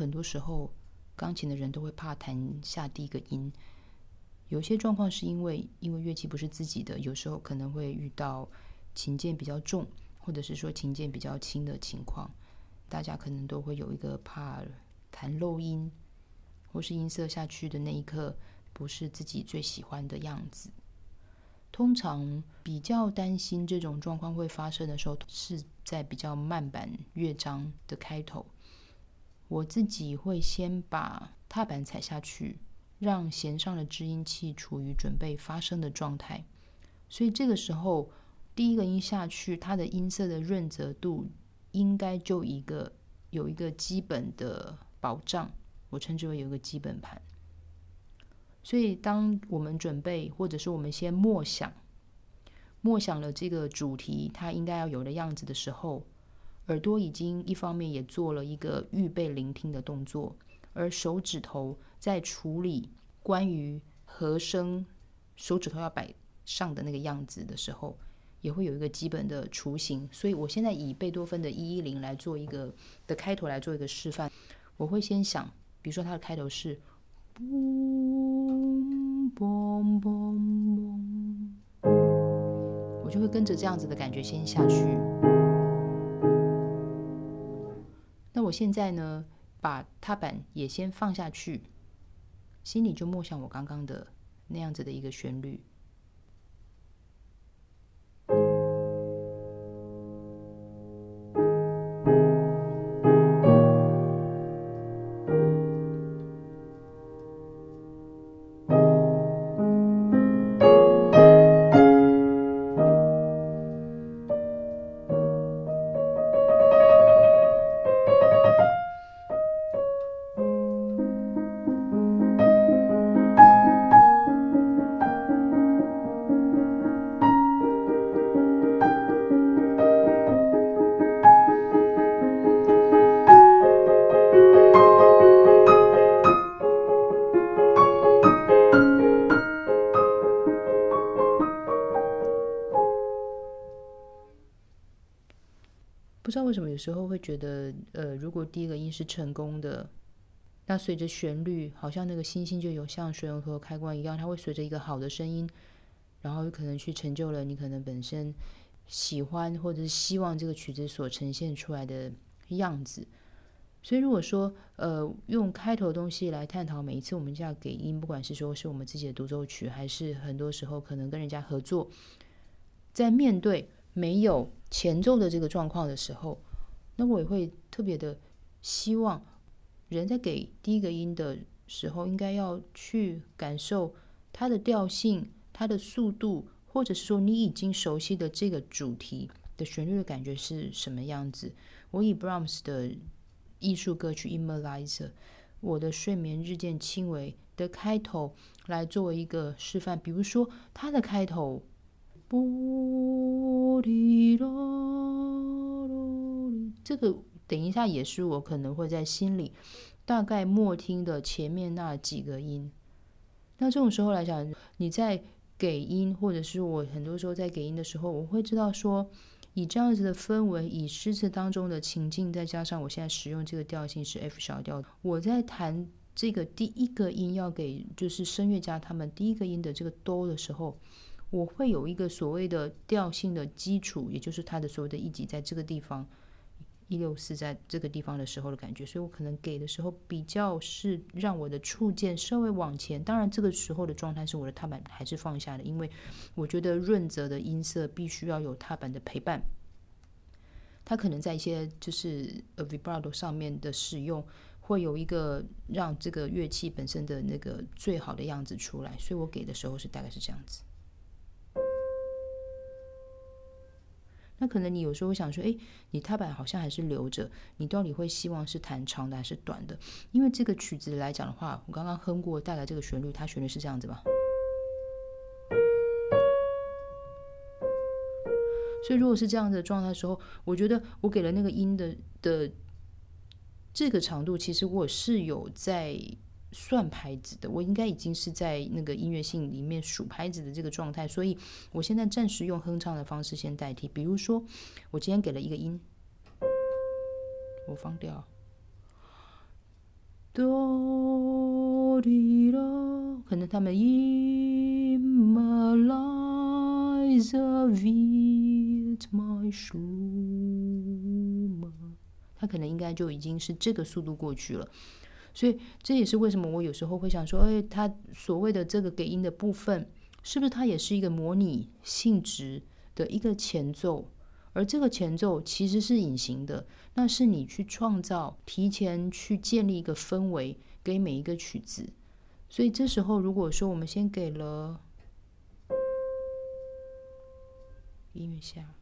很多时候钢琴的人都会怕弹下第一个音，有些状况是因为乐器不是自己的，有时候可能会遇到琴键比较重，或者是说琴键比较轻的情况，大家可能都会有一个怕弹漏音，或是音色下去的那一刻不是自己最喜欢的样子。通常比较担心这种状况会发生的时候，是在比较慢板乐章的开头。我自己会先把踏板踩下去，让弦上的制音器处于准备发声的状态，所以这个时候第一个音下去，它的音色的润泽度应该就有一个基本的保障，我称之为有一个基本盘。所以当我们准备，或者是我们先默想了这个主题它应该要有的样子的时候，耳朵已经一方面也做了一个预备聆听的动作，而手指头在处理关于和声手指头要摆上的那个样子的时候，也会有一个基本的雏形。所以我现在以贝多芬的110来做一个的开头来做一个示范。我会先想，比如说它的开头是嘣嘣嘣嘣，我就会跟着这样子的感觉先下去。那我现在呢，把踏板也先放下去，心里就默想我刚刚的那样子的一个旋律。不知道为什么有时候会觉得如果第一个音是成功的，那随着旋律好像那个星星就有像水龙头开关一样，它会随着一个好的声音，然后可能去成就了你可能本身喜欢或者是希望这个曲子所呈现出来的样子。所以如果说用开头的东西来探讨每一次我们这样给音，不管是说是我们自己的独奏曲，还是很多时候可能跟人家合作，在面对没有前奏的这个状况的时候，那我也会特别的希望人在给第一个音的时候，应该要去感受它的调性、它的速度，或者是说你已经熟悉的这个主题的旋律的感觉是什么样子。我以 Brahms 的艺术歌曲 Immortalizer 我的睡眠日渐轻微的开头来作为一个示范。比如说它的开头这个等一下也是我可能会在心里大概默听的前面那几个音。那这种时候来讲，你在给音，或者是我很多时候在给音的时候，我会知道说以这样子的氛围，以诗词当中的情境，再加上我现在使用这个调性是 F 小调，我在弹这个第一个音要给就是声乐家他们第一个音的这个哆的时候，我会有一个所谓的调性的基础，也就是它的所谓的一级在这个地方164在这个地方的时候的感觉，所以我可能给的时候比较是让我的触键稍微往前。当然这个时候的状态是我的踏板还是放下的，因为我觉得润泽的音色必须要有踏板的陪伴，它可能在一些就是vibrato 上面的使用会有一个让这个乐器本身的那个最好的样子出来，所以我给的时候是大概是这样子。那可能你有时候会想说，你踏板好像还是留着，你到底会希望是弹长的还是短的？因为这个曲子来讲的话，我刚刚哼过大概这个旋律，它旋律是这样子吧。所以如果是这样的状态的时候，我觉得我给了那个音的这个长度，其实我是有在算拍子的，我应该已经是在那个音乐性里面数拍子的这个状态，所以我现在暂时用哼唱的方式先代替。比如说我今天给了一个音，我放掉， 哆哩啦，可能他们 immer leise wird mein Schlummer， 他可能应该就已经是这个速度过去了。所以这也是为什么我有时候会想说，他所谓的这个给音的部分，是不是它也是一个模拟性质的一个前奏？而这个前奏其实是隐形的，那是你去创造，提前去建立一个氛围给每一个曲子。所以这时候如果说我们先给了音乐下，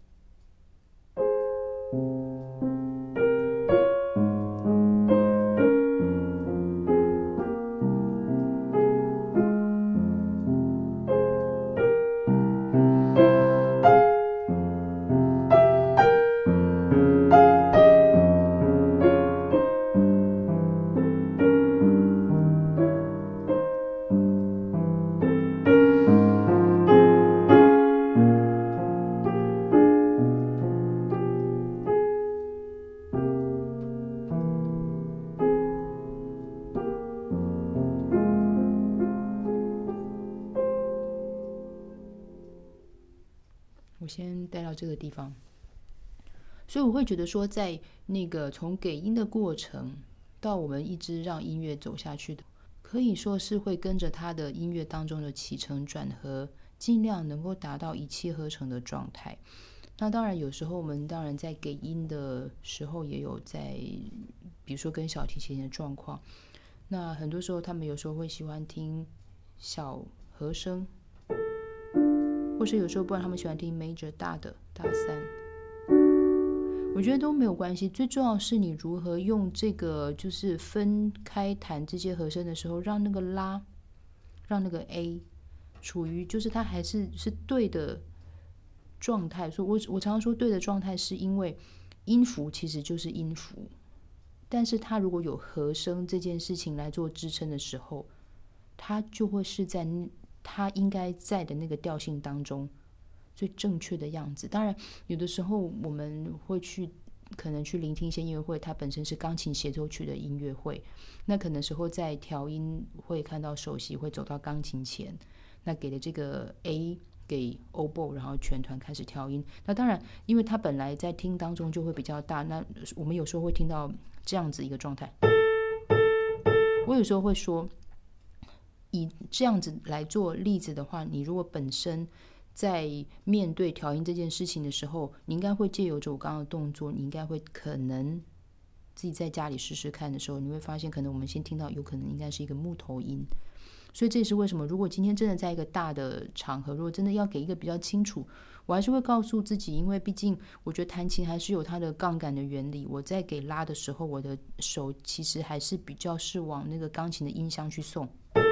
我先带到这个地方。所以我会觉得说，在那个从给音的过程到我们一直让音乐走下去的，可以说是会跟着它的音乐当中的起承转合，尽量能够达到一气呵成的状态。那当然有时候我们当然在给音的时候也有在比如说跟小提琴的状况，那很多时候他们有时候会喜欢听小和声，或是有时候不然他们喜欢听 major 大的大三，我觉得都没有关系。最重要的是你如何用这个就是分开弹这些和声的时候，让那个拉，让那个 A 处于就是它还是对的状态。所以我常常说对的状态，是因为音符其实就是音符，但是它如果有和声这件事情来做支撑的时候，它就会是在它应该在的那个调性当中最正确的样子。当然有的时候我们会可能去聆听一些音乐会，它本身是钢琴协奏曲的音乐会，那可能时候在调音会看到首席会走到钢琴前，那给了这个 A 给 oboe， 然后全团开始调音。那当然因为它本来在听当中就会比较大，那我们有时候会听到这样子一个状态。我有时候会说，以这样子来做例子的话，你如果本身在面对调音这件事情的时候，你应该会借由着我刚刚的动作，你应该会可能自己在家里试试看的时候，你会发现可能我们先听到有可能应该是一个木头音。所以这也是为什么如果今天真的在一个大的场合，如果真的要给一个比较清楚，我还是会告诉自己，因为毕竟我觉得弹琴还是有它的杠杆的原理，我在给拉的时候，我的手其实还是比较是往那个钢琴的音箱去送，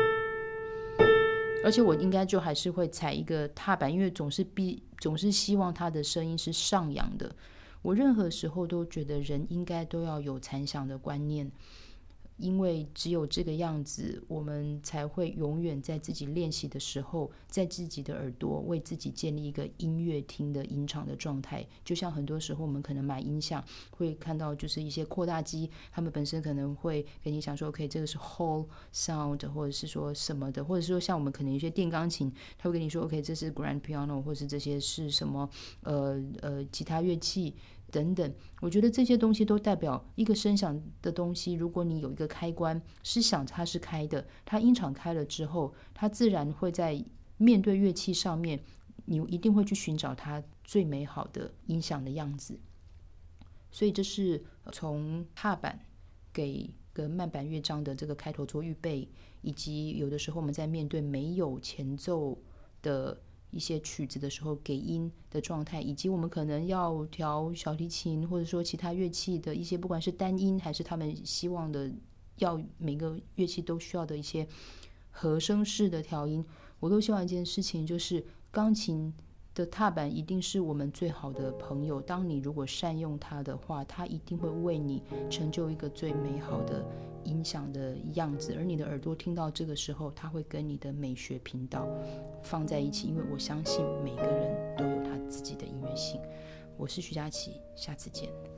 而且我应该就还是会踩一个踏板，因为总是希望它的声音是上扬的。我任何时候都觉得人应该都要有残响的观念，因为只有这个样子，我们才会永远在自己练习的时候，在自己的耳朵为自己建立一个音乐厅的音场的状态。就像很多时候我们可能买音响会看到就是一些扩大机，他们本身可能会跟你讲说 OK 这个是 whole sound 或者是说什么的，或者是说像我们可能有些电钢琴他会跟你说 OK 这是 grand piano 或是这些是什么其他乐器等等。我觉得这些东西都代表一个声响的东西，如果你有一个开关是想它是开的，它音场开了之后，它自然会在面对乐器上面，你一定会去寻找它最美好的音响的样子。所以这是从踏板给个慢板乐章的这个开头做预备，以及有的时候我们在面对没有前奏的一些曲子的时候给音的状态，以及我们可能要调小提琴或者说其他乐器的一些不管是单音还是他们希望的要每个乐器都需要的一些和声式的调音，我都希望一件事情，就是钢琴的踏板一定是我们最好的朋友，当你如果善用它的话，它一定会为你成就一个最美好的音响的样子，而你的耳朵听到这个时候，它会跟你的美学频道放在一起，因为我相信每个人都有他自己的音乐性。我是徐佳琪，下次见。